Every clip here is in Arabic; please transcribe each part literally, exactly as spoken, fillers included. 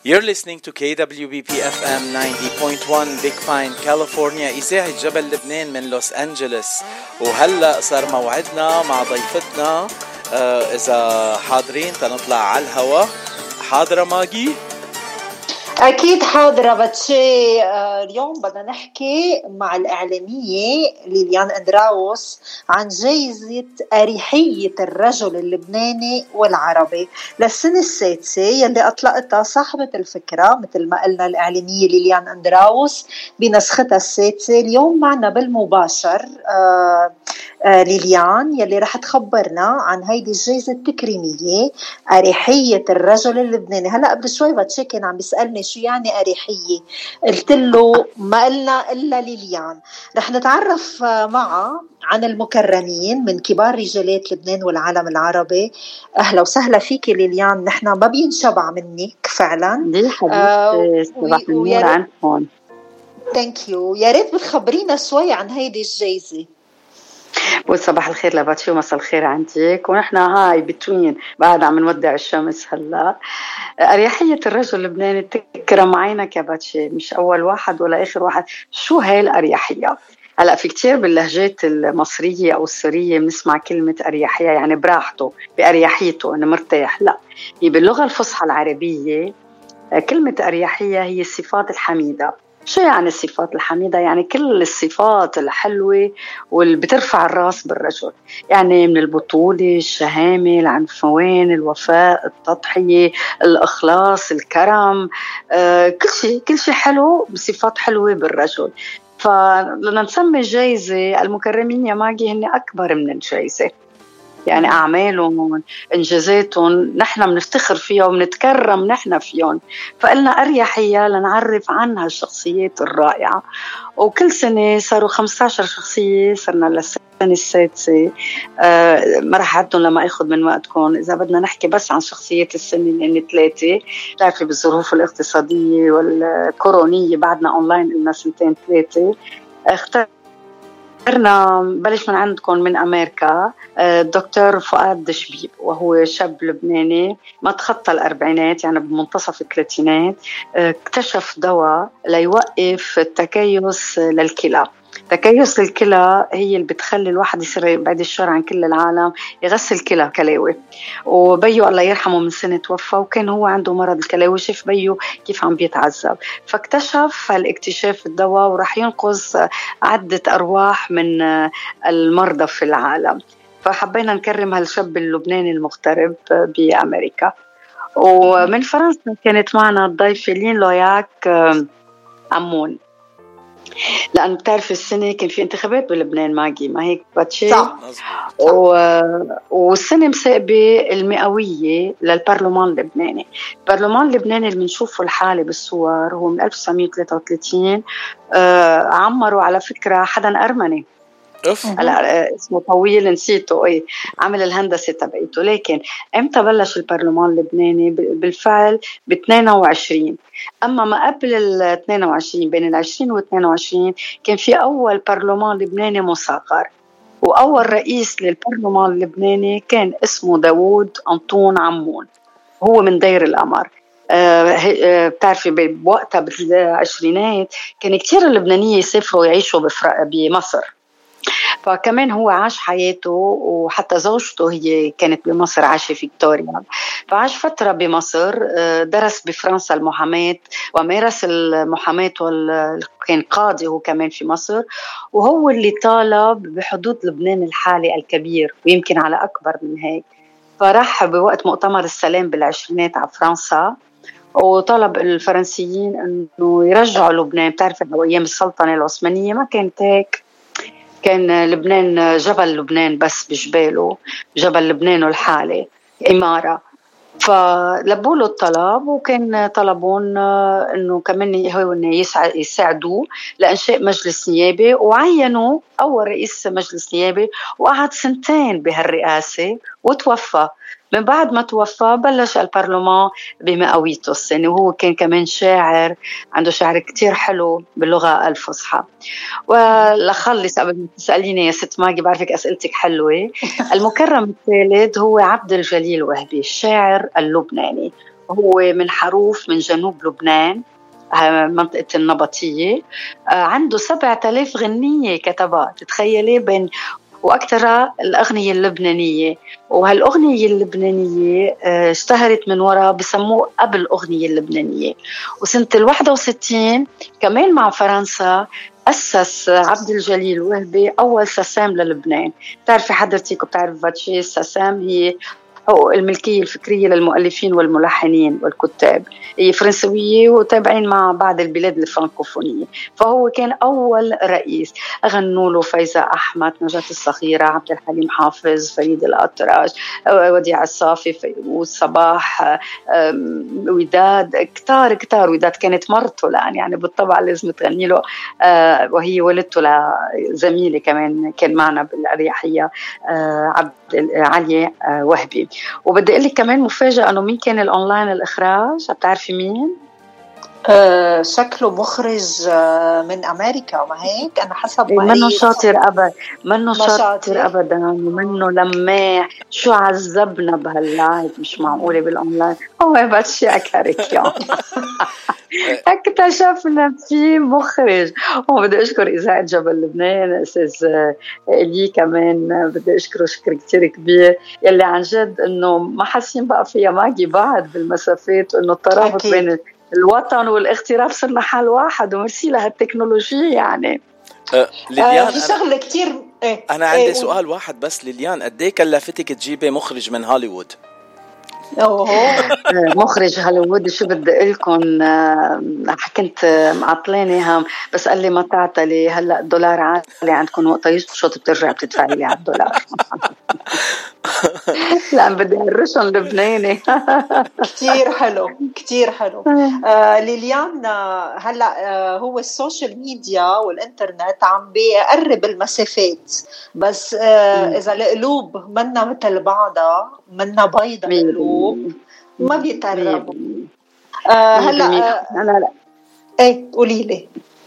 You're listening to كي دبليو بي بي إف إم ninety point one Big Pine, California, إذاعة جبل لبنان من لوس أنجلوس. وهلأ صار موعدنا مع ضيفتنا، آه إذا حاضرين تنطلع على الهواء. حاضرة ماجي؟ أكيد حاضرة باتشي. اليوم بدنا نحكي مع الإعلامية ليليان أندراوس عن جائزة أريحية الرجل اللبناني والعربي للسنة السادسة يلي أطلقتها صاحبة الفكرة مثل ما قلنا الإعلامية ليليان أندراوس بنسختها السادسة. اليوم معنا بالمباشر آه آه ليليان يلي رح تخبرنا عن هيدي الجائزة التكريمية أريحية الرجل اللبناني. هلأ قبل شوي باتشي كان عم بيسألني شو يعني أريحية، قلت له ما قلنا إلا ليليان. رح نتعرف معها عن المكرمين من كبار رجالات لبنان والعالم العربي. أهلا وسهلا فيك ليليان، نحن ما بينشبع منك فعلا. دي حبيبتي صباح النور عنكم. ثانك يو. يا ريت بتخبرينا شوي عن هيدي الجائزة. وصباح الخير لباتشي ومساء الخير عندك، ونحن هاي بتوين بعد عم نودع الشمس. هلا أريحية الرجل اللبناني تكرم عينك يا باتشي، مش أول واحد ولا آخر واحد. شو هاي الأريحية؟ هلا في كتير باللهجات المصرية أو السورية بنسمع كلمة أريحية يعني براحته، بأريحيته إنه مرتاح. لا، هي باللغة الفصحى العربية كلمة أريحية هي الصفات الحميدة. شو يعني الصفات الحميدة؟ يعني كل الصفات الحلوة واللي بترفع الراس بالرجل، يعني من البطولة، الشهامة، العنفوان، الوفاء، التضحية، الإخلاص، الكرم، آه، كل شيء كل شيء حلو بصفات حلوة بالرجل. فلنا نسمي الجائزة المكرمين يا ماجي هن أكبر من الجائزة، يعني أعمالهم إنجازاتهم نحن بنفتخر فيها وبنتكرم نحن فيهم. فقلنا أريحية لنعرف عنها الشخصيات الرائعة. وكل سنة صاروا خمسة عشر شخصية، صرنا للسنة السادسة. أه ما رح أعدهم لما أخذ من وقتكم. إذا بدنا نحكي بس عن شخصيات السنة لأن ثلاثة، تعرفي بالظروف الاقتصادية والكورونية بعدنا أونلاين لنا سنتين ثلاثة. اختار اخترنا بلش من عندكم من أمريكا الدكتور فؤاد دشبيب، وهو شاب لبناني ما تخطى الأربعينات، يعني بمنتصف الثلاثينات. اكتشف دواء ليوقف التكيس للكلى. تكيس الكلى هي اللي بتخلي الواحد يصير بعد الشر عن كل العالم يغسل كلى كلاوي. وبيو الله يرحمه من سنة توفى، وكان هو عنده مرض الكلاوي، شاف بيو كيف عم بيتعذب، فاكتشف الاكتشاف الدواء وراح ينقذ عدة أرواح من المرضى في العالم. فحبينا نكرم هالشاب اللبناني المغترب بأمريكا. ومن فرنسا كانت معنا الضيفة لين لوياك عمون، لأن بتعرف السنة كان في انتخابات بلبنان ماجي، ما هيك باتشي؟ صح. و... والسنة مسابة المئوية للبرلمان اللبناني. البرلمان اللبناني اللي بنشوفه الحالي بالصور هو من ألف وتسعمية وثلاثة وثلاثين. آه عمروا على فكرة حدا أرمني، هلا اسمه طويل نسيته، ايه عمل الهندسه تبعته. لكن امتى بلش البرلمان اللبناني؟ بالفعل ب اثنين وعشرين. اما ما قبل ال اثنين وعشرين، بين ال عشرين و اثنين وعشرين كان في اول برلمان لبناني مصغر، واول رئيس للبرلمان اللبناني كان اسمه داوود أنطون عمون، هو من دير القمر. أه بتعرفي بوقتها بالعشرينات كان كتير اللبنانيين يسافروا يعيشوا بمصر، فكمان هو عاش حياته، وحتى زوجته هي كانت بمصر، عاش في فيكتوريا، فعاش فترة بمصر. درس بفرنسا المحاماة ومارس المحاماة، وكان قاضي هو كمان في مصر. وهو اللي طالب بحدود لبنان الحالي الكبير، ويمكن على أكبر من هيك. فراح بوقت مؤتمر السلام بالعشرينات على فرنسا، وطلب الفرنسيين أنه يرجعوا لبنان. بتعرف أيام السلطنة العثمانية ما كانت هيك، كان لبنان جبل لبنان بس بجباله، جبل لبنان الحالي إمارة. فلبوا له الطلب، وكان طلبون إنه كمان هو يساعدوه لإنشاء مجلس نيابي، وعينوا أول رئيس مجلس نيابي، وقعد سنتين بهالرئاسة وتوفى. من بعد ما توفى بلش البرلمان بمئويته السنة، وهو كان كمان شاعر، عنده شعر كتير حلو باللغة الفصحى. ولخلص قبل ما تسأليني يا ست ماجي، بعرفك أسئلتك حلوة. المكرم الثالث هو عبد الجليل وهبي، الشاعر اللبناني، هو من حروف من جنوب لبنان، منطقة النبطية. عنده سبعة آلاف غنية كتبها، تتخيلي، بين وأكثر الأغنية اللبنانية. وهالأغنية اللبنانية اشتهرت من وراء، بسموه أب الأغنية اللبنانية. وسنة الواحدة وستين كمان مع فرنسا أسس عبد الجليل وهبي أول ساسام للبنان. بتعرفي حضرتك وبتعرف باتشي، الساسام هي حقوق الملكية الفكرية للمؤلفين والملحنين والكتاب، هي فرنسوية وتابعين مع بعض البلاد الفرنكوفونية. فهو كان أول رئيس. أغنوا له فايزة أحمد، نجاة الصغيرة، عبد الحليم حافظ، فريد الأطرش، وديع الصافي، فيروز، صباح، وداد، كتار كتار. وداد كانت مرته الآن يعني بالطبع لازم تغني له، وهي ولدته لزميلي كمان كان معنا بالأريحية، عبد علي وهبي. وبدي أقول لك كمان مفاجأة أنه مين كان الأونلاين الإخراج، بتعرفي مين؟ أه شكله مخرج من أمريكا، ما هيك أنا حسب ما منه شاطر أبدا، منه شاطر أبدا، منه لماح. شو عذبنا بهاللايف، مش معقولة بالأونلاين. هو باتشي أكارك يوم اكتشفنا في مخرج. وبدي أشكر إذاعة جبل لبنان، أستاذ إلي كمان بدي أشكره شكر كتير كبير، يلي عن جد إنه ما حاسين بقى فيها ماجي بعد بالمسافات، وإنه الترابط بين الوطن والاغتراب صرنا حال واحد. ومرسي لها التكنولوجيا يعني. أه ليليان، في شغله كتير. ايه انا عندي ايه سؤال واحد بس ليليان، قد ايه كلفتك تجيبي مخرج من هوليوود؟ اوه مخرج هوليوود شو بدي اقول لكم، كنت معطلاني هم، بس قال لي ما تعطلي، هلا الدولار عالي عندكم، وقت يشطط بترجع بتدفعي لي على الدولار. لا بدي هالرشن لبناني. كتير حلو كتير حلو. آه ليليان، هلا آه هو السوشيال ميديا والإنترنت عم بيقرب المسافات، بس آه إذا القلوب منا مثل بعضها، منا بيضة القلوب، ما بيتقربوا. آه هلا آه أنا لا ايه قولي لي.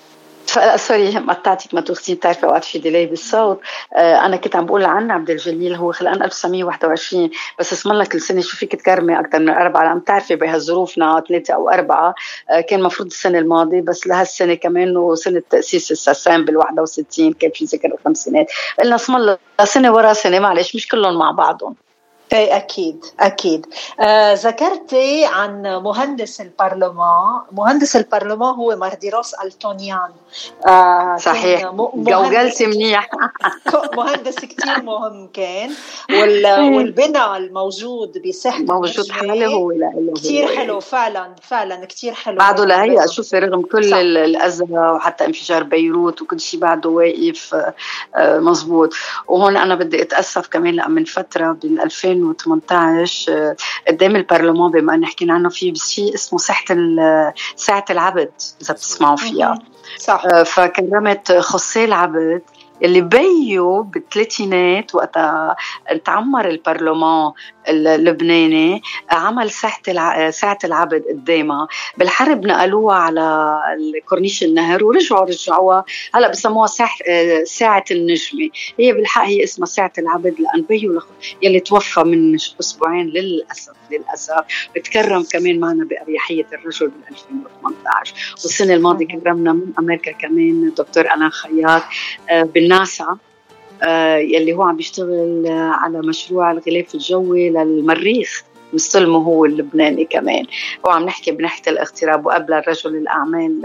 سوري قطعتك، ما تغسين، تعرفي اوقات في ديلي بالصوت. آه انا كنت عم بقول عن عبد الجليل، هو خلقان ألف وتسعمية وواحد وعشرين، بس اسم الله كل سنه شو فيك تكرمي اكثر من اربعه، عم تعرفي بهالظروفنا ثلاثه او اربعه. آه كان مفروض السنه الماضيه، بس لهالسنه كمان وسنه تاسيس الساسام بال واحد وستين كان في ذكر الخمسينات، قلنا اسم الله سنه ورا سنه، معلش مش كلهم مع بعضهم. ايه اكيد اكيد. آه ذكرتي عن مهندس البرلمان، مهندس البرلمان هو مارديروس التونيان. آه صحيح، جوجلتي منيح. مهندس كتير مهم كان، والبناء الموجود بساحة موجود حاله هو كتير حلو، فعلا فعلا كتير حلو بعده لهي. اشوف رغم كل الاذى وحتى انفجار بيروت وكل شيء بعده واقف مزبوط. وهون انا بدي اتاسف كمان، لأ من فتره بال ألفين وثمانية عشر قدام البرلمان، بما ان حكينا عنه، في شيء اسمه ساحه ساعه العبد، اذا بتسمعوا فيها. صح. فكرمت خصي العبد اللي بيو بالثلاثينات وقتها تعمر البرلمان اللبناني، عمل ساحة الع... ساعة العبد قدامها. بالحرب نقلوها على الكورنيش النهر ورجعوا رجعوها، هلا بسموها ساح... ساعة النجمة. هي بالحق هي اسمها ساعة العبد، لأن بيو لخ... يلي توفى من أسبوعين للأسف للأسف بتكرم كمان معنا بأريحية الرجل بال ألفين وثمانية عشر. والسنة الماضية كرمنا من أمريكا كمان دكتور أنا خياط بالناسا، يلي هو عم بيشتغل على مشروع الغلاف الجوي للمريخ، مستلمه هو اللبناني كمان. وعم نحكي بناحية الاغتراب. وقبل الرجل الأعمال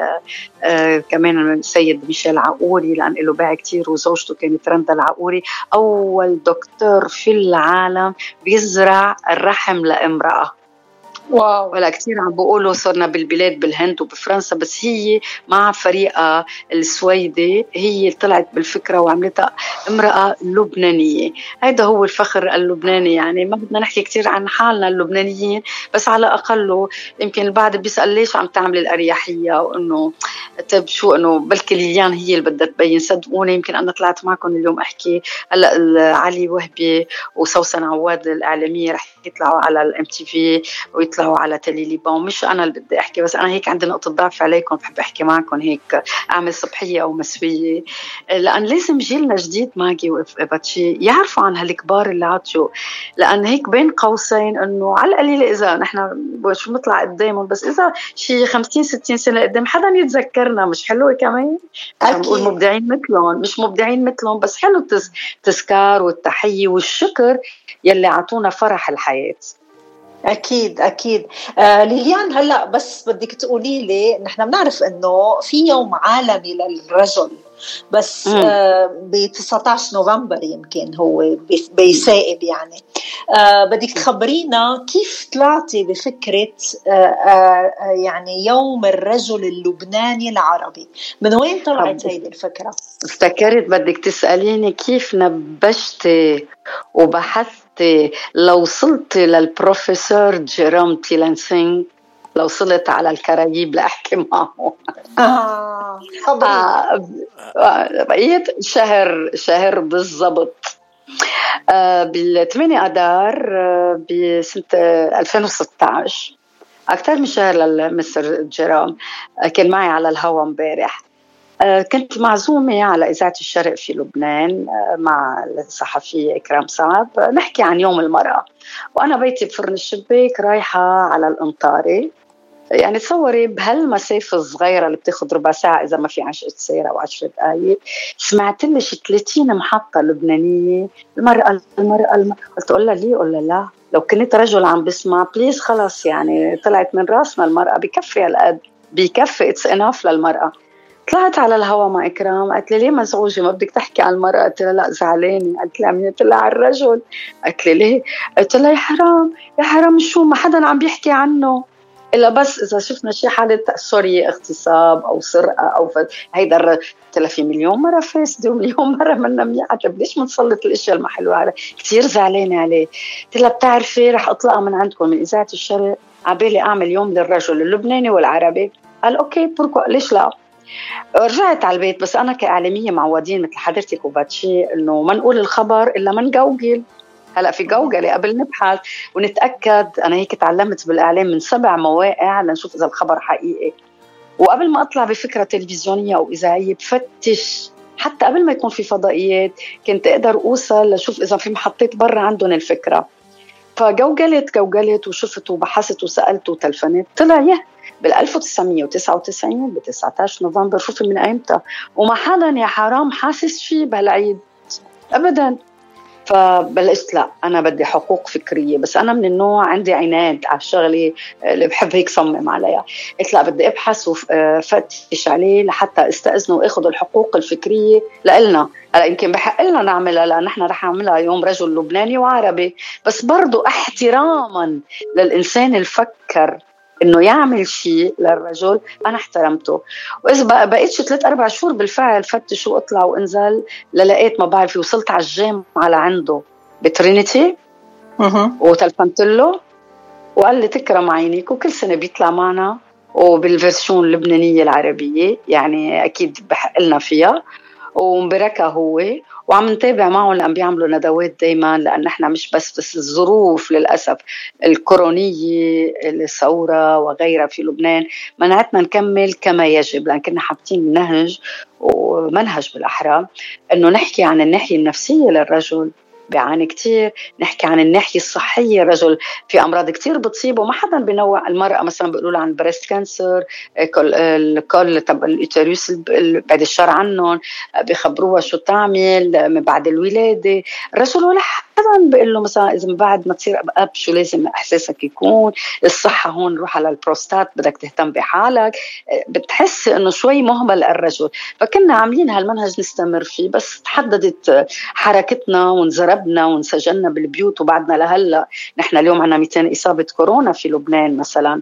كمان السيد ميشيل عقوري، لأن له باع كتير، وزوجته كانت رندا العقوري، أول دكتور في العالم بيزرع الرحم لامرأة. واو. ولا كتير عم بقولوا صرنا بالبلاد بالهند وبفرنسا، بس هي مع فريقة السويدي هي طلعت بالفكرة وعملتها امرأة لبنانية. هذا هو الفخر اللبناني. يعني ما بدنا نحكي كتير عن حالنا اللبنانيين، بس على أقله يمكن البعض بيسأل ليش عم تعمل الأريحية، وإنه طيب شو، إنه بلكي ليليان هي اللي بدها تبين. صدقوني يمكن أنا طلعت معكم اليوم أحكي، هلأ علي وهبي وسوسن عواد الإعلامية رح يطلعوا على الام تي في ويطلعوا يطلعوا على تليليبون. مش أنا اللي بدي أحكي، بس أنا هيك عندي نقطة ضعف عليكم، بحب أحكي معكم هيك أعمل صبحية أو مسوية، لأن لازم جيلنا جديد ماجي وباتشي يعرفوا عن هالكبار اللي عطشوا. لأن هيك بين قوسين إنه على القليل إذا نحن شو نطلع قدامهم، بس إذا شي خمسين ستين سنة قدام حدا يتذكرنا. مش حلوة كمان؟ عم نقول مبدعين مثلهم، مش مبدعين مثلهم، بس حلو التذكار والتحية والشكر يلي عطونا فرح الحياة. أكيد أكيد. آه ليليان، هلأ بس بدك تقولي لي، نحن بنعرف إنه في يوم عالمي للرجل، بس آه ب تسعة عشر نوفمبر يمكن هو بيسائب يعني. آه بدك تخبرينا كيف طلعتي بفكرة آه آه يعني يوم الرجل اللبناني العربي؟ من وين طلعت هيدي الفكرة؟ افتكرت بدك تسأليني كيف نبشتي وبحثتي لو وصلت للبروفيسور جيروم تيلانسينغ، لو وصلت على الكرايب لأحكي معه. آه آه بقيت شهر شهر بالضبط آه بالثمانية أدار آه بسنة ألفين وستة عشر، أكثر من شهر للمستر جيروم. آه كان معي على الهوا مبارح. آه كنت معزومة على إذاعة الشرق في لبنان آه مع الصحفية إكرام صعب، آه نحكي عن يوم المرأة، وأنا بيتي بفرن الشباك رايحة على الأنطاري. يعني تصوري بهالمسافة الصغيرة اللي بتاخد ربع ساعة إذا ما في عشرة سيارة أو عشرة دقايق، سمعت لي شي ثلاثين محطة لبنانية المرأة المرأة, المرأة. قلت أقول لها ليه؟ قول لا، لو كنت رجل عم بسمع بليز خلاص، يعني طلعت من راسنا المرأة، بكفي هالقد، بكفي اتس اناف للمرأة. طلعت على الهوا مع إكرام، قالت لي ليه مزعوجة ما بدك تحكي عن المرأة؟ قلت لها لا زعلانة. قالت لي عم يطلع على الرجل. قالت لي ليه؟ قلت لها يا حرام يا حرام، شو ما حدا عم بيحكي عنه إلا بس إذا شفنا شي حالة سوري اغتصاب أو سرقة أو ف... هيدا في مليون مرة فاسد ومليون مرة منا منيحة. طب ليش منسلط الاشياء المحلوة عليه؟ كتير زعلانة عليه. قلت لها بتعرفي رح أطلقها من عندكم من إذاعة الشرق، عبالي أعمل يوم للرجل اللبناني والعربي. قال أوكي بركو، ليش لا. رجعت على البيت، بس أنا كإعلامية معودين مثل حضرتك وباتشي إنه ما نقول الخبر إلا ما نجوجل. هلا في جوجل قبل نبحث ونتأكد. أنا هيك تعلمت بالإعلام من سبع مواقع لنشوف إذا الخبر حقيقي، وقبل ما أطلع بفكرة تلفزيونية أو إذاعية بفتش، حتى قبل ما يكون في فضائيات كنت أقدر أوصل لشوف إذا في محطات برا عندهم الفكرة. فجوجلت جوجلت وشفت وبحثت وسألت وتلفنت، طلع يه بال ألف وتسعمية وتسعة وتسعين ب تسعة عشر نوفمبر. شوفي من أيمتى وما حدا يا حرام حاسس فيه بهالعيد أبداً. فبلشت لا أنا بدي حقوق فكرية، بس أنا من النوع عندي عناد على الشغلة اللي بحب هيك صمم عليها. قلت لا بدي أبحث وفتش عليه لحتى استأذنه وأخذ الحقوق الفكرية لإلنا. هلا يمكن بحق لنا نعملها لأن نحن رح نعملها يوم رجل لبناني وعربي، بس برضو احتراما للإنسان الفكر إنه يعمل شيء للرجل أنا احترمته. وإذا بقيتش ثلاث أربع شهور بالفعل فتش وأطلع وأنزل للقيت ما بعرف، وصلت على الجامعة على عنده بترينيتي وتلفنت له وقال لي تكرم عينيك، وكل سنة بيطلع معنا وبالفيرسيون اللبنانية العربية، يعني أكيد بحق لنا فيها، ومبركة هو، وعم نتابع معهم لأن بيعملوا ندوات دايما، لأن احنا مش بس بس الظروف للأسف الكورونية الثورة وغيرها في لبنان منعتنا نكمل كما يجب، لأن كنا حابتين نهج ومنهج بالأحرى أنه نحكي عن الناحية النفسية للرجل بيعاني كتير، نحكي عن الناحية الصحية. الرجل في أمراض كتير بتصيبه وما حدا بينوع. المرأة مثلا بيقولوا عن بريست كانسر، الكل تبع الإوتيروس بعد الشر عنهم بيخبروها شو تعمل من بعد الولادة. الرجل ولا حدا بيقول له مثلا إذا بعد ما تصير أب شو لازم إحساسك يكون. الصحة هون روح على البروستات، بدك تهتم بحالك. بتحس إنه شوي مهمل الرجل. فكنا عاملين هالمنهج نستمر فيه، بس تحددت حركتنا ونزربنا ونسجلنا بالبيوت وبعدنا لهلا. نحن اليوم عنا مئتين إصابة كورونا في لبنان مثلا،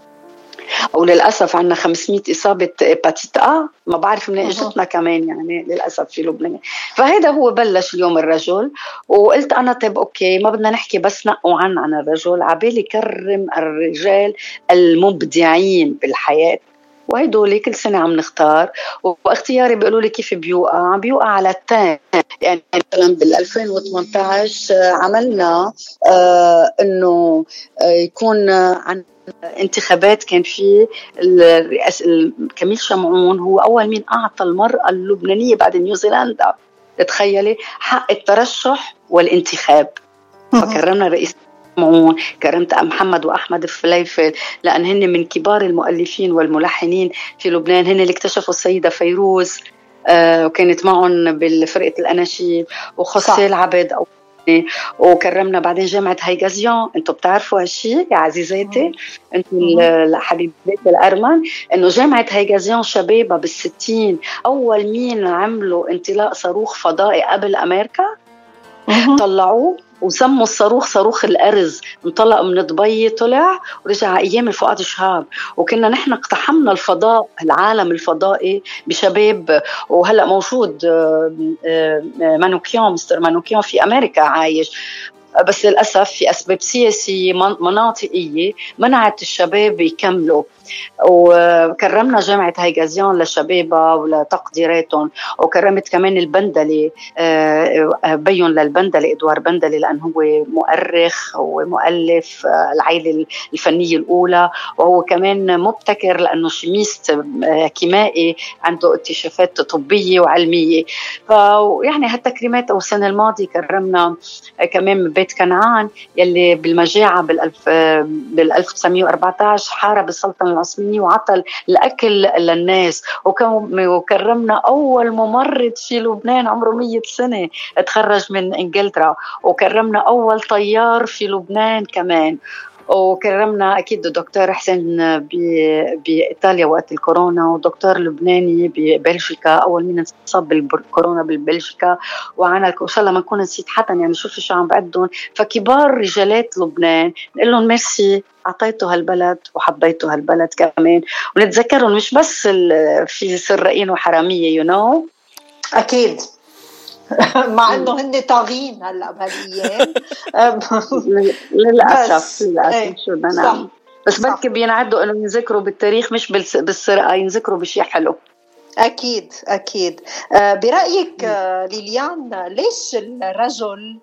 وللأسف عنا خمسمية إصابة هيباتيت آ، ما بعرف من إجتنا كمان يعني للأسف في لبنان. فهذا هو بلش اليوم الرجل. وقلت أنا طيب أوكي ما بدنا نحكي بس نقوا عن عن الرجل، عبالي كرم الرجال المبدعين بالحياة وهيدول كل سنة عم نختار، واختياري بيقولوا لي كيف بيوقع، عم بيوقع على التان. يعني مثلا بال ألفين وثمانية عشر عملنا آه انه آه يكون عن انتخابات، كان في الرئاسة كميل شمعون هو أول مين أعطى المرأة اللبنانية بعد نيوزيلندا، تخيلي، حق الترشح والانتخاب. فكرمنا رئيس شمعون، كرمت محمد وأحمد الفليفل، لأن هن من كبار المؤلفين والملحنين في لبنان، هن اللي اكتشفوا السيدة فيروز آه وكانت معهم بالفرقة الأناشيد، وخصي العبد أو وكرمنا بعدين جامعة هيغازيون. انتم بتعرفوا هالشيء يا عزيزاتي انتم الحبيبات الأرمن، انه جامعة هيغازيون شبابها بالستين اول مين عملوا انطلاق صاروخ فضائي قبل امريكا، طلعوه وسموا الصاروخ صاروخ الأرز، انطلق من دبي طلع ورجع أيام الفؤاد شهاب، وكنا نحن اقتحمنا الفضاء، العالم الفضائي بشباب. وهلأ موجود مانوكيون، مستر مانوكيون في أمريكا عايش، بس للأسف في أسباب سياسية مناطقية منعت الشباب يكملوا. وكرمنا جامعة هيغازيون لشبابها ولتقديراتهم، وكرمت كمان البندلي بيون للبندلي إدوار بندلي، لأنه هو مؤرخ ومؤلف العائلة الفنية الأولى، وهو كمان مبتكر لأنه شيميست كيمائي عنده اكتشافات طبية وعلمية. فيعني هالتكريمات أو السنة الماضية كرمنا كمان بيت كنعان يلي بالمجاعة بالألف بالألف وتسعمية وأربعة عشر حارب السلطنة العثمانية وعطل الأكل للناس. وكرمنا أول ممرض في لبنان عمره مية سنة تخرج من إنجلترا، وكرمنا أول طيار في لبنان كمان، وكرمنا أكيد الدكتور حسين بإيطاليا وقت الكورونا، ودكتور لبناني ببلجيكا أول مين انصاب بالكورونا بالبلجيكا. وعنا إن شاء الله ما نكون نسيت حدا، يعني شوفوا شو عم بعدهم. فكبار رجالات لبنان نقول لهم ميرسي، أعطيتوا هالبلد وحبيتوا هالبلد كمان، ونتذكرهم مش بس في سرقين وحرامية you know. أكيد مع انه هن طاغين هلا بهالايام للاسف للاسف شو بدنا نعمل، بس بركي بينعدوا انه ينذكروا بالتاريخ مش بالسرقه، ينذكروا بشيء حلو. اكيد اكيد. برايك ليليان ليش الرجل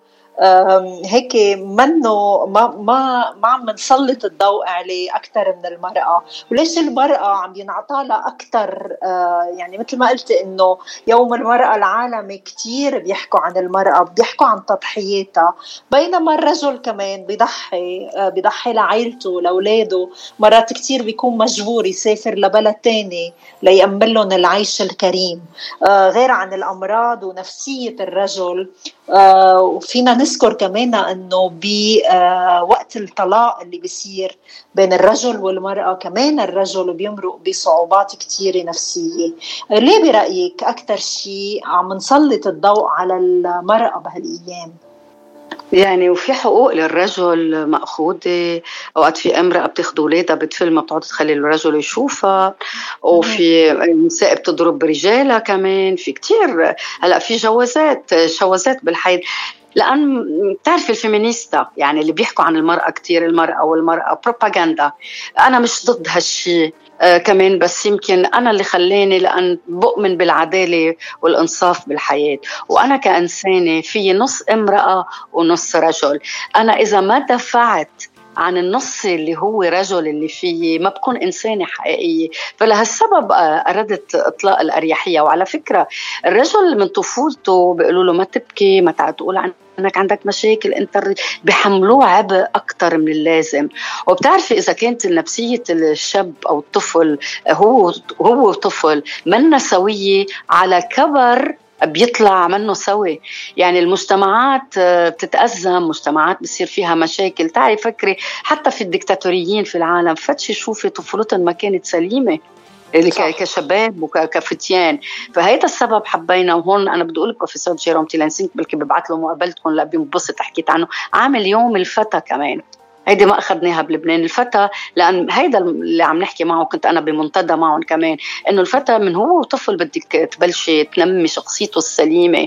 هيك منه ما ما ما عم نسلط الضوء عليه أكثر من المرأة؟ وليش المرأة عم ينعطى لها أكثر؟ يعني مثل ما قلت إنه يوم المرأة العالمي كتير بيحكوا عن المرأة، بيحكوا عن تضحياتها، بينما الرجل كمان بيضحي بيضحي لعائلته لأولاده، مرات كتير بيكون مجبور يسافر لبلد تاني ليأمن لهم العيش الكريم، غير عن الأمراض ونفسية الرجل. وفينا نذكر كمان أنه بوقت الطلاق اللي بيصير بين الرجل والمرأة كمان الرجل بيمرق بصعوبات كتيرة نفسية. ليه برأيك أكتر شيء عم نسلط الضوء على المرأة بهالأيام؟ يعني وفي حقوق للرجل مأخوذة، أوقات في امرأة بتاخد ولادها بتفل ما بتقعد تخلي الرجل يشوفها، وفي نساء بتضرب برجالها كمان، في كتير هلأ في جوازات شوازات بالحيض. لأن تعرف الفيمينيستا يعني اللي بيحكوا عن المرأة كتير، المرأة والمرأة بروباغندا، أنا مش ضد هالشي آه كمان، بس يمكن أنا اللي خلاني لأن بؤمن بالعدالة والإنصاف بالحياة، وأنا كإنسانة في نص امرأة ونص رجل. أنا إذا ما دفعت عن النص اللي هو رجل اللي فيه ما بكون إنسانة حقيقية. فلهالسبب أردت إطلاق الأريحية. وعلى فكرة الرجل من طفولته بيقولوا له ما تبكي، ما تقول عن أنك عندك مشاكل، أنت بيحملوه عبء أكتر من اللازم. وبتعرفي إذا كانت نفسية الشاب أو الطفل هو هو طفل منا سوية، على كبر بيطلع منه سوي. يعني المجتمعات بتتأزم، مجتمعات بصير فيها مشاكل. تعرف فكري حتى في الدكتاتوريين في العالم فتشي شوفي طفولتهم ما كانت سليمة كشباب وكفتيان. فهيدا السبب حبينا. وهون أنا بدي أقول بروفيسور جيروم تيلانسينك بلكي ببعث له مقابلتكم لا بينبسط حكيت عنه، عامل يوم الفتى كمان هيدي ما أخذناها بلبنان. الفتى، لأن هيدا اللي عم نحكي معه، كنت أنا بمنتدى معهم كمان، إنه الفتى من هو طفل بدك تبلشي تنمي شخصيته السليمة.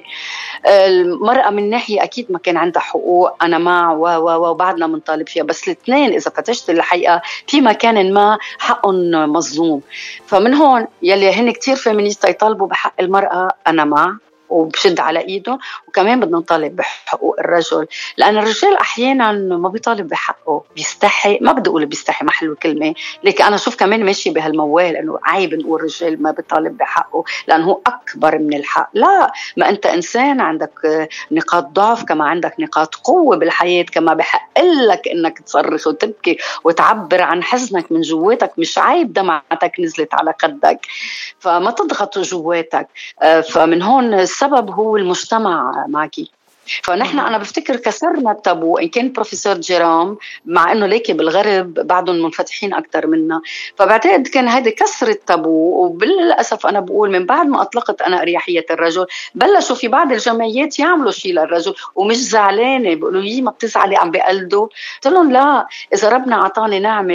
المرأة من ناحية أكيد ما كان عندها حقوق، أنا مع و و وبعدنا منطالب فيها، بس الاثنين إذا فتشت الحقيقة في مكان ما حقهم مظلوم. فمن هون يلي هن كتير فيمينيست يطالبوا بحق المرأة، أنا مع وبشد على ايده. وكمان بدنا نطالب بحقوق الرجل، لان الرجال احيانا ما بيطالب بحقه، بيستحي. ما بدي اقول بيستحي، محل الكلمه، لكن انا شوف كمان ماشي بهالموال انه عيب نقول الرجال ما بيطالب بحقه لانه هو اكبر من الحق. لا، ما انت انسان عندك نقاط ضعف كما عندك نقاط قوه بالحياه، كما بحق لك انك تصرخ وتبكي وتعبر عن حزنك من جواتك. مش عيب دمعتك نزلت على خدك، فما تضغط جواتك. فمن هون السبب هو المجتمع معكي. فنحن أنا بفتكر كسرنا التابو، إن كان بروفيسور جيرام مع أنه ليكي بالغرب بعدهم منفتحين أكتر منا، فبعتقد كان هذا كسر التابو. وبالأسف أنا بقول من بعد ما أطلقت أنا أريحية الرجل بلشوا في بعض الجمعيات يعملوا شيء للرجل ومش زعلانة، بيقولوا لي ما بتزعلي عم بقلدوا. قلت لهم لا، إذا ربنا عطاني نعمة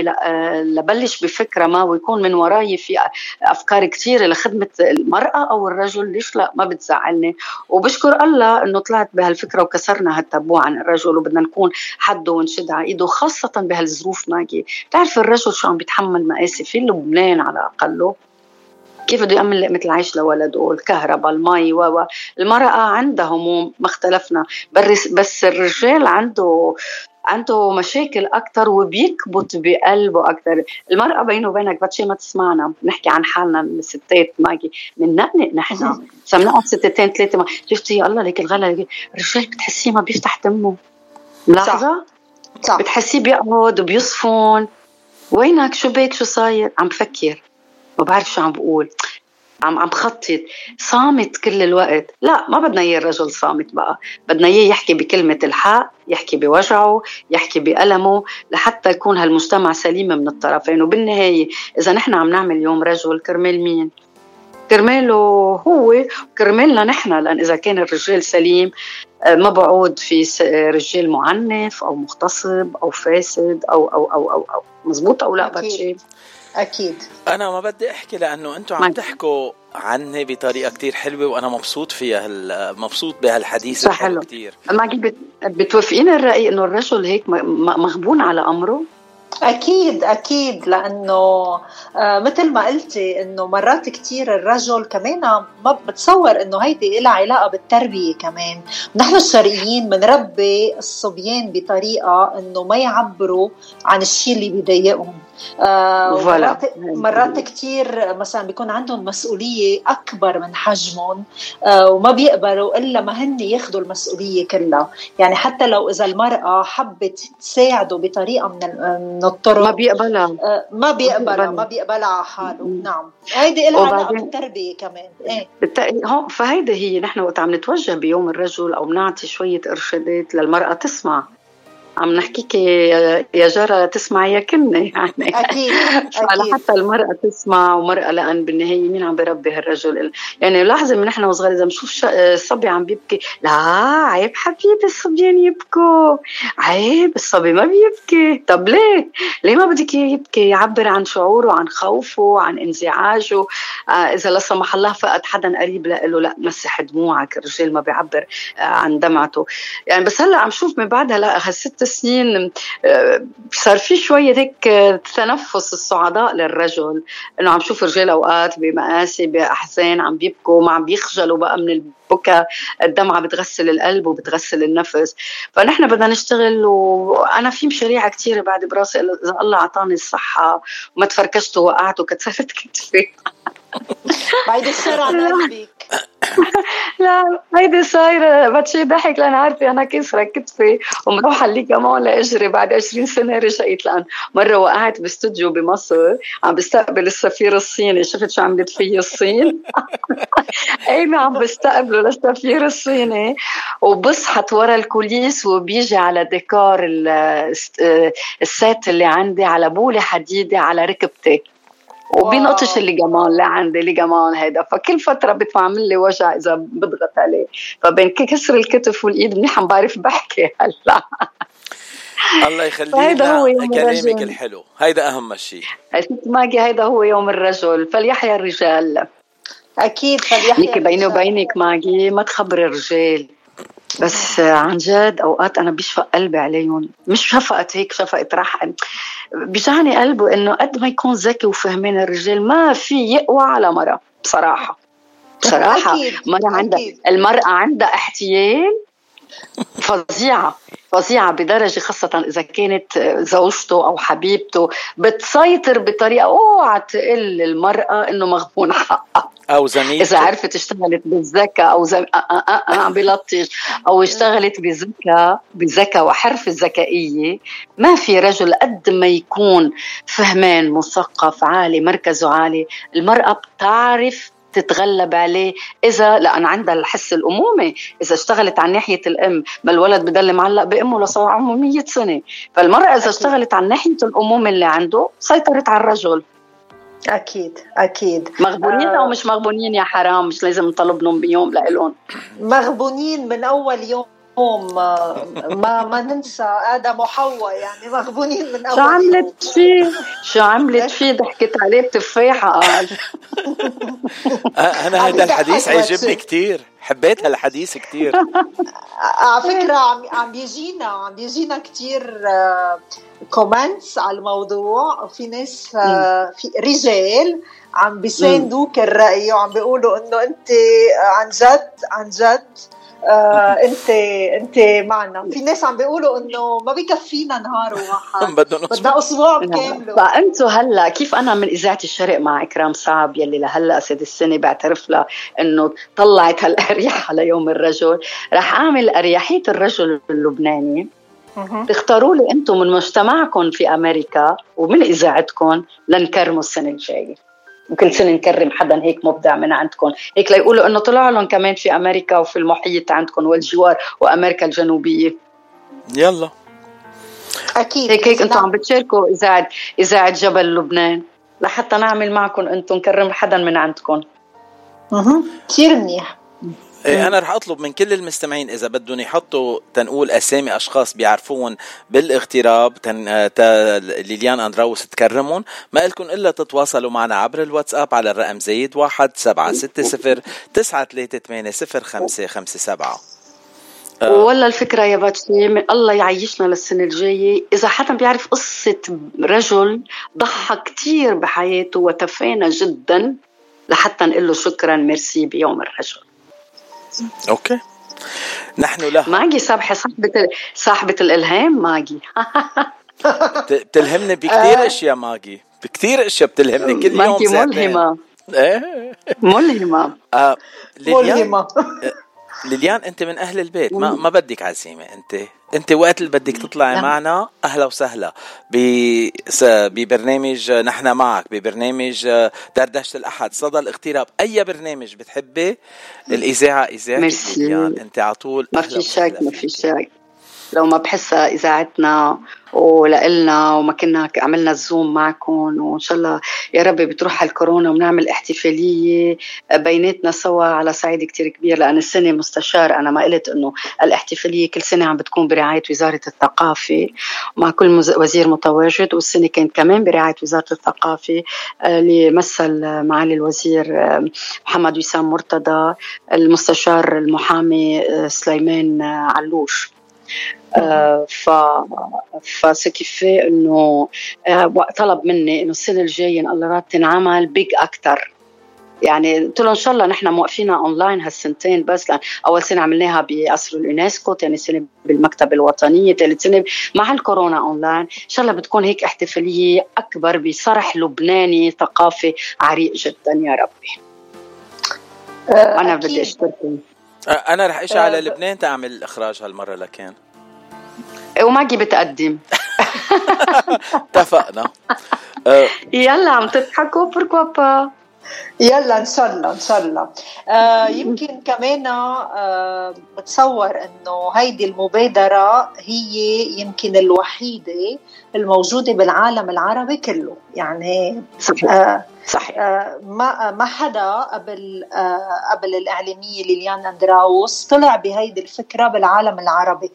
لبلش بفكرة ما ويكون من وراي في أفكار كتيرة لخدمة المرأة أو الرجل، ليش لا؟ ما بتزعلني. وبشكر الله أنه طلعت بهالفكرة فكرة وكسرنا هالتابو عن الرجل، وبدنا نكون حده ونشد على ايده، خاصة بهالظروف. ماجي بتعرف الرجل شو عم بيتحمل مقاسي في لبنان على أقله، كيف بده يأمن لقمة العيش لولده، الكهرباء، المي و المرأة عندها هموم، ما اختلفنا، بس الرجال عنده عنده مشاكل أكتر وبيكبت بقلبه أكتر. المرأة بينه وبينك بتشي ما تسمعنا نحكي عن حالنا الستات، ماجي من نقنق نحن سمنقعد ستتين ثلاثة ما شفتي يا الله ليك الغلا. الرجال بتحسيه ما بيفتح تمه، ملاحظة؟ صح. بتحسيه بيقعد وبيصفون، وينك شو بيك شو صاير؟ عم بفكر ما بعرف شو عم بقول، عم عم خطط، صامت كل الوقت. لا، ما بدنا اياه الرجل صامت بقى، بدنا اياه يحكي بكلمة الحق، يحكي بوجعه، يحكي بألمه، لحتى يكون هالمجتمع سليم من الطرفين. وبالنهاية إذا نحن عم نعمل اليوم رجل، كرمال مين؟ كرماله هو وكرمالنا نحن، لأن إذا كان الرجال سليم ما بعود في رجال معنف أو مغتصب أو فاسد أو أو أو أو, أو. مزبوط أو لا باتشي؟ أكيد. أنا ما بدي أحكي لأنه أنتم عم تحكوا عني بطريقة كتير حلوة وأنا مبسوط فيها، مبسوط بهالحديث الحلو كتير. ما بتوافقين الرأي إنه الرجل هيك مغبون على أمره؟ أكيد أكيد، لأنه مثل ما قلتي إنه مرات كتير الرجل كمان ما بتصور إنه هيدي إلها علاقة بالتربية كمان. نحن الشرقيين بنربي الصبيان بطريقة إنه ما يعبروا عن الشيء اللي بيضايقهم. آه مرات, مرات كتير مثلا بيكون عندهم مسؤولية أكبر من حجمهم، آه وما بيقبلوا إلا ما هن ياخدوا المسؤولية كلها. يعني حتى لو إذا المرأة حبت تساعده بطريقة من الطرق ما بيقبلها، آه ما بيقبلها ما بيقبلها على حاله. نعم، هيدي إلها علاقة بالتربية كمان. إيه؟ بالتق... فهيدا هي نحن وقت عم نتوجه بيوم الرجل أو نعطي شوية إرشادات للمرأة تسمع. عم نحكيك يا جارة تسمع يا كنة يعني. أكيد أكيد. حتى المرأة تسمع، ومرأة لأن بالنهاية مين عم بربي هالرجل؟ يعني لاحظي من نحن وصغار إذا مشوف الصبي عم بيبكي، لا عيب حبيبي الصبيان يبكوا، عيب الصبي ما بيبكي. طب ليه؟ ليه ما بدك يبكي؟ يعبر عن شعوره، عن خوفه، عن انزعاجه. آه إذا لا سمح الله فقد حدا قريب له، لا مسح دموعك. الرجال ما بيعبر آه عن دمعته يعني. بس هلا عم شوف من بعدها لا هالست سنين صار في شوية هيك تنفس الصعداء للرجل، إنه عم شوف رجال أوقات بمقاسي بأحزان عم بيبكوا، ما عم بيخجلوا بقى من البكاء. الدمعة بتغسل القلب وبتغسل النفس. فنحن بدنا نشتغل، وأنا في مشاريع كتيرة بعد براسي إذا الله عطاني الصحة وما تفركشت ووقعت وكتسرت كتفي. بعيد الشر عن قلبك. لا هيدي صايرة بتشي ضحك، لأن عارفة أنا كسرة كتفي ومروحة اللي كمان لأجري بعد عشرين سنة رجعت. لأن مرة وقعت باستوديو بمصر عم بستقبل السفير الصيني، شفت شو عملت فيه الصين؟ أين عم بستقبله للسفير الصيني، وبصحت ورا الكوليس وبيجي على ديكور السات اللي عندي على بولة حديدة على ركبتي، وبينقطش اللي جمال اللي عندي اللي جمال هيدا. فكل فترة بتعمل لي وجع إذا بضغط عليه. فبين كسر الكتف والإيد منيح عم بعرف بحكي هلا. الله يخلي لنا كلامك الحلو، هيدا أهم شيء. ست ماجي هيدا هو يوم الرجل، فليحيا الرجال. أكيد فليحيا الرجال. بيني وبينك ماجي ما تخبر الرجال، بس عن جد أوقات أنا بيشفق قلبي عليهم، مش شفقة هيك شفقة رحم، بيجعني قلبه إنه قد ما يكون ذكي وفهمين الرجال ما في يقوى على مرة بصراحة. بصراحة مرة عندها المرأة عندها احتيال فظيعة فظيعة بدرجة، خاصة إذا كانت زوجته أو حبيبته بتسيطر بطريقة اوعى تقل المرأة إنه مغبون حقها، أو زميلته إذا عرفت اشتغلت بالذكاء أو زم... عم بلطش أو اشتغلت بذكاء بذكاء وحرف الذكائية. ما في رجل قد ما يكون فهمان مثقف عالي مركزه عالي، المرأة بتعرف تتغلب عليه إذا لأن عندها الحس الأمومي. إذا اشتغلت عن ناحية الأم ما الولد بدل معلق بأمه لصار عمره مية سنة، فالمرأة إذا اشتغلت عن ناحية الأمومة اللي عنده سيطرت على الرجل. أكيد أكيد. مغبونين آه أو مش مغبونين يا حرام، مش لازم نطلبهم بيوم لإلهم. مغبونين من أول يوم، ما ما ننسى آدم وحواء، يعني مغبونين من أول. شو عملت فيه؟ شو عملت فيه؟ ضحكت عليه بتفاحة قال. أنا هذا الحديث عجبني كتير، حبيت هالحديث كتير. على فكرة عم عم بيجينا عم بيجينا كتير كومنتس على الموضوع، في ناس في رجال عم بيساندوك الرأي وعم بيقولوا إنه أنت عن جد عن جد آه، انت انت معنا. في ناس عم بيقولوا انه ما بيكفينا نهار واحد، بدنا اسبوع كامل. فانتوا هلا كيف انا من اذاعه الشرق مع اكرام صعب يلي لهلا سيد السنه بعترف لها انه طلعت هالاريحه ليوم الرجل، رح اعمل اريحيه الرجل اللبناني. تختاروا لي انتم من مجتمعكم في امريكا ومن اذاعتكم لنكرموا السنه الجايه، وكل سنة نكرم حدا هيك مبدع من عندكم، هيك ليقولوا إنه طلع لهم كمان في أمريكا وفي المحيط عندكم والجوار وأمريكا الجنوبية. يلا أكيد هيك هيك أنتم عم بتشاركوا إذاعة إذاعة جبل لبنان لحتى نعمل معكم أنتم نكرم حدا من عندكم. اها كثير منيح. إيه أنا رح أطلب من كل المستمعين إذا بدهم يحطوا تنقول أسامي أشخاص بيعرفون بالاغتراب تن... ت... ليليان أندراوس تكرمون، ما لكم إلا تتواصلوا معنا عبر الواتساب على الرقم زيد واحد سبعة ستة صفر تسعة ثلاثة ثمانية صفر خمسة خمسة سبعة. والله الفكرة يا باتشي من الله يعيشنا للسنة الجاية إذا حدا بيعرف قصة رجل ضحى كتير بحياته وتفانى جدا لحتى نقول له شكرا ميرسي بيوم الرجل. أوكي نحن له ماجي صبحي صاحبة صاحبة الإلهام. ماجي بتلهمني بكتير أشياء، ماجي بكتير أشياء بتلهمني كل يوم. ماجي ملهمة إيه ملهمة آه ملهمة. ليليان أنت من أهل البيت، ما ما بدك عزيمة، أنت أنت وقت اللي بدك تطلعي معنا أهلا وسهلا ببرنامج نحن معك، ببرنامج دردشة الأحد، صدى الاغتراب، أي برنامج بتحبي الإذاعة إذاعة ليليان أنت عطول ما في شك ما في شك. لو ما بحسها إذاعتنا ولقلنا وما كنا عملنا الزوم معكم، وإن شاء الله يا رب بتروح الكورونا ونعمل احتفالية بيناتنا سوا على صعيد كتير كبير. لأن السنة مستشار أنا ما قلت إنه الاحتفالية كل سنة عم بتكون برعاية وزارة الثقافة مع كل وزير متواجد، والسنة كانت كمان برعاية وزارة الثقافة اللي مثل معالي الوزير محمد وسام مرتضى، المستشار المحامي سليمان علوش. آه ف فسكيفي انه آه طلب مني انه السنه الجايه ان الله راد تنعمل بيج اكثر. يعني قلت له ان شاء الله نحن موقفينها اونلاين هالسنتين بس، لان اول سنه عملناها بقصر اليونسكو، ثاني سنه بالمكتبه الوطنيه، ثالث سنه مع الكورونا اونلاين. ان شاء الله بتكون هيك احتفاليه اكبر بصرح لبناني ثقافي عريق جدا يا ربي. آه انا أكيد. بدي اشترك. أنا رح إشي على لبنان تعمل إخراج هالمرة لكن وماجي بتقدم. اتفقنا. يلا عم تضحكوا بركوبا. يلا إن شاء الله إن شاء الله. آه يمكن كمان آه بتصور إنه هيدي المبادرة هي يمكن الوحيدة الموجودة بالعالم العربي كله، يعني صحيح. آه صحيح. آه ما ما حدا قبل آه قبل الإعلامية ليليان أندراوس طلع بهيدي الفكرة بالعالم العربي.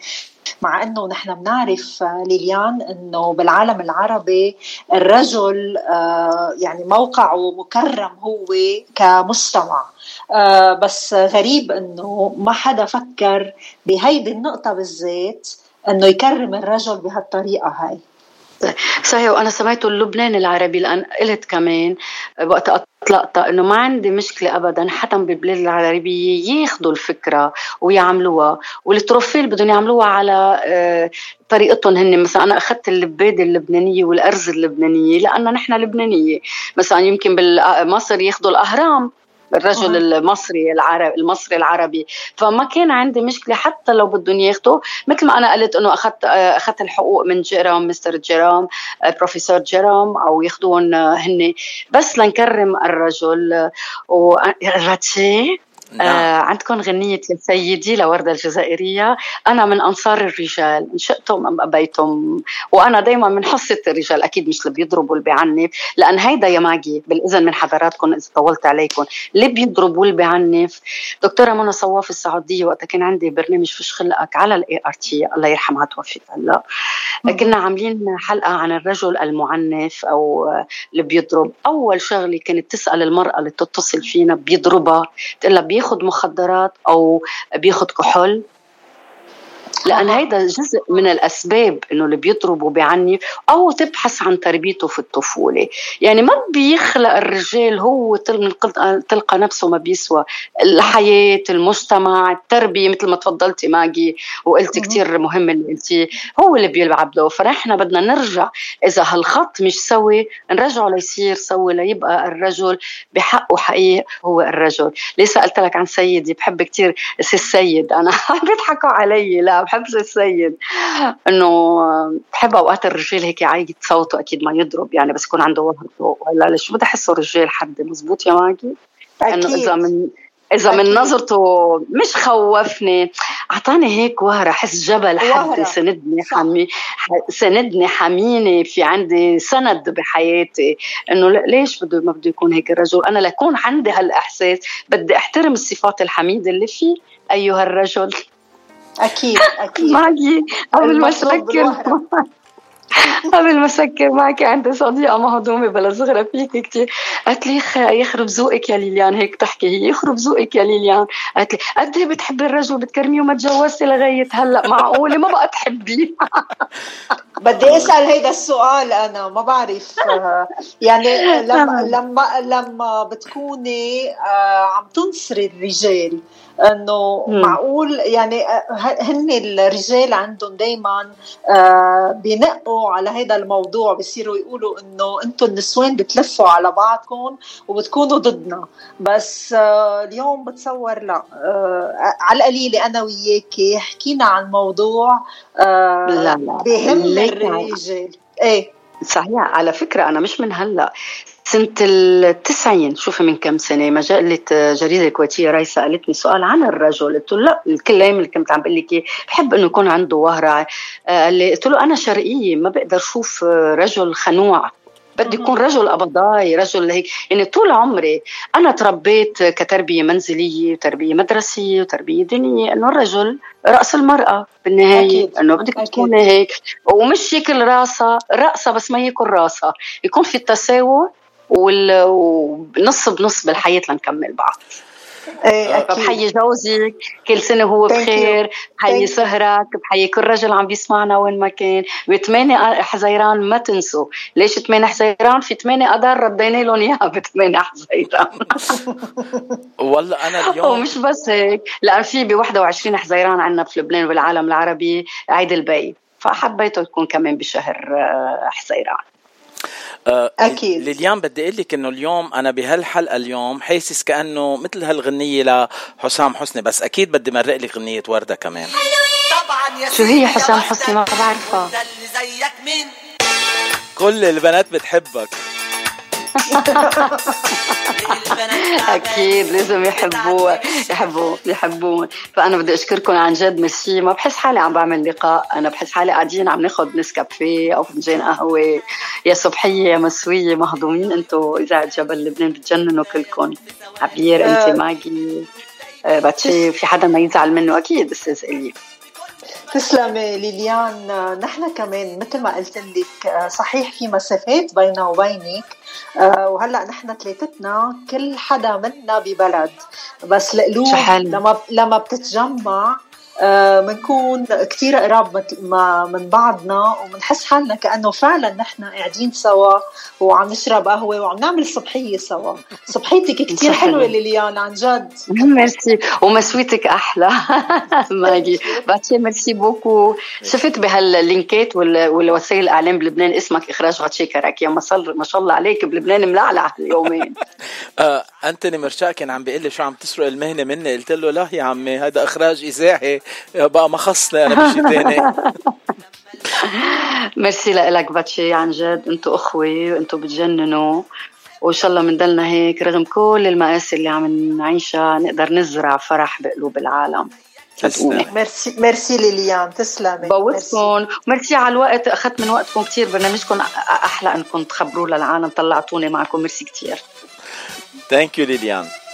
مع أنه نحن بنعرف ليليان أنه بالعالم العربي الرجل يعني موقعه مكرم هو كمجتمع، بس غريب أنه ما حدا فكر بهيدي النقطة بالذات أنه يكرم الرجل بهالطريقة هاي. صحيح. وأنا سمعته اللبنان العربي، لأن قلت كمان وقت أطلقتها إنه ما عندي مشكلة أبدا حتى بالبلاد العربية ياخدوا الفكرة ويعملوها، والتروفيل بدهم يعملوها على طريقتهم هن. مثلا أنا أخذت اللبادة اللبنانية والأرز اللبنانية لأن نحن لبنانية. مثلا يمكن بالمصر ياخدوا الأهرام، الرجل أه. المصري العربي المصري العربي، فما كان عندي مشكله حتى لو بدهم ياخذوا. مثل ما انا قلت انه اخذت اخذت الحقوق من جيرام، مستر جيرام، بروفيسور جيرام، او ياخذون هن بس لنكرم الرجل. وراتشي آه عندكم غنية يا سيدي لوردة الجزائرية. أنا من أنصار الرجال إن شئتم أم أبيتم، وأنا دايما من حصة الرجال، أكيد مش اللي بيضربوا اللي بيعنف، لأن هيدا يا ماجي بالإذن من حضراتكم إذا طولت عليكم اللي بيضربوا اللي بيعنف. دكتورة منى صواف السعودية وقت كان عندي برنامج فيش خلقك على الاي ار تي، الله يرحمها توفيت هلا، كنا عاملين حلقة عن الرجل المعنف أو اللي بيضرب. أول شغلة كانت تسأل المرأة اللي تتصل فينا بيضربها، تقول بياخد مخدرات أو بياخد كحول، لأن هيدا جزء من الأسباب إنه اللي بيضرب وبيعنف، أو تبحث عن تربيته في الطفولة. يعني ما بيخلق الرجال هو تلقى نفسه ما بيسوى. الحياة، المجتمع، التربية مثل ما تفضلتي ماجي وقلتي كتير مهم اللي قلتي، هو اللي بيلعب له. فنحن بدنا نرجع، إذا هالخط مش سوي نرجعه ليصير سوي، ليبقى الرجل بحقه حقيقي هو الرجل. ليه سألت لك عن سيدي؟ بحب كتير سي السيد، أنا بيضحكوا علي، لا بحب السيد، انه بحب اوقات الرجال هيك عايق صوته، اكيد ما يضرب يعني، بس يكون عنده وهر ولا ليش بدي احسه رجال حد مزبوط يا ماجي. انه اذا من اذا أكيد. من نظرته مش خوفني، اعطاني هيك وهره، حس جبل حد سندني حمي سندني حميني، في عندي سند بحياتي، انه ليش بده ما بده يكون هيك الرجل. انا لكون عندي هالاحساس بدي احترم الصفات الحميده اللي فيه ايها الرجل. أكيد أكيد ماجي قبل ما أسكر قبل ما أسكر معك عندي صديقة مهضومة بلا صغرى فيك كتير، قالت لي يخرب ذوقك يا ليليان، هيك تحكي هي يخرب ذوقك يا ليليان، قالت لي قد ايه بتحبي الرجل بتكرميه وما تجوزتي لغاية هلا، معقولة ما بقى تحبيه؟ بدي أسأل هيدا السؤال، أنا ما بعرف يعني لما لما لما بتكوني عم تنصري الرجال، انه معقول يعني هن الرجال عندهم دايما بينقوا على هذا الموضوع، بيصيروا يقولوا انه انتم النسوان بتلفوا على بعضكم وبتكونوا ضدنا، بس اليوم بتصور لا، على القليله انا وياكي حكينا عن موضوع لا لا بهم الرجال. ايه صحيح. على فكره انا مش من هلا، سنة التسعين، شوفي من كم سنة، مجلة جريدة الكويتية راي سألتني سؤال عن الرجل، قلت له لا، الكلام اللي كنت عم بقول لك بحب انه يكون عنده وهرة. قلت له انا شرقية ما بقدر اشوف رجل خنوع، بدي يكون رجل قبضاي، رجل هيك. يعني طول عمري أنا تربيت كتربية منزلية وتربية مدرسية وتربية دينية إنه الرجل رأس المرأة بالنهاية، إنه بدك تكون هيك، ومش يكل راسها رأسها بس ما يكون راسها، يكون في التساوي ونص بنص بالحياة لنكمل بعض. بحيي جوزك كل سنة هو بخير، بحيي سهرك، بحيي كل رجل عم بيسمعنا وين ما كان. بثمانية حزيران ما تنسوا، ليش ثمانية حزيران؟ في ثمانية أدار ردينا لهم إياها بثمانية حزيران. والله أنا اليوم ومش بس هيك، لأن في بواحدة وعشرين حزيران عنا في لبنان والعالم العربي عيد البي، فحبيته تكون كمان بشهر حزيران. أكيد. ليليان بدي أقول لك إنه اليوم أنا بهالحلقة اليوم حاسس كأنه مثل هالغنية لحسام حسني، بس أكيد بدي مرق لك غنية وردة كمان. شو هي حسام حسني؟ ما بعرفها. كل البنات بتحبك. أكيد لازم يحبوه يحبوه يحبون. فأنا بدي أشكركم عن جد، ميرسي. ما بحس حالي عم بعمل لقاء، أنا بحس حالي قاعدين عم ناخد نسكافيه أو فنجان قهوة. يا صبحية يا مسوية، مهضومين أنتوا إذاعة جبل لبنان، بتجننوا كلكم. عبير أنت، ماجي، باتشي، في حدا ما يزعل منه أكيد أستاذ إلي. تسلمي ليليان. نحن كمان مثل ما قلت لك صحيح في مسافات بيننا وبينك، وهلا نحن ثلاثتنا كل حدا منا ببلد، بس القلوب لما لما بتتجمع بنكون كتير قراب من بعضنا، وبنحس حالنا كأنه فعلا نحن قاعدين سوا وعم نشرب قهوة وعم نعمل صبحية سوا. صبحيتك كتير حلوة ليليان عن جد. ميرسي، ومسويتك أحلى ماجي باتشي. ميرسي بوكو. شفت بهاللينكات والوسائل الإعلام بلبنان اسمك إخراج غاتشي كراكيا، ما شاء الله عليك بلبنان ملعلع اليومين. آه أنتوني مرشاق كان عم بيقول لي شو عم تسرق المهنة مني، قلت له لا يا عمي هذا إخراج إذاعي بقى ما خصني أنا بشي تاني. ميرسي لك باتشي عن جد، انتو أخوة وانتو بتجننوا، وإن شاء الله من دلنا هيك رغم كل المآسي اللي عم نعيشها نقدر نزرع فرح بقلوب العالم. ميرسي ميرسي ليليان، تسلمي. بوقتكم ميرسي على الوقت، أخذت من وقتكم كتير، برنامجكم أحلى أنكم تخبروا للعالم، طلعتوني معكم. ميرسي كتير. Thank you ليليان.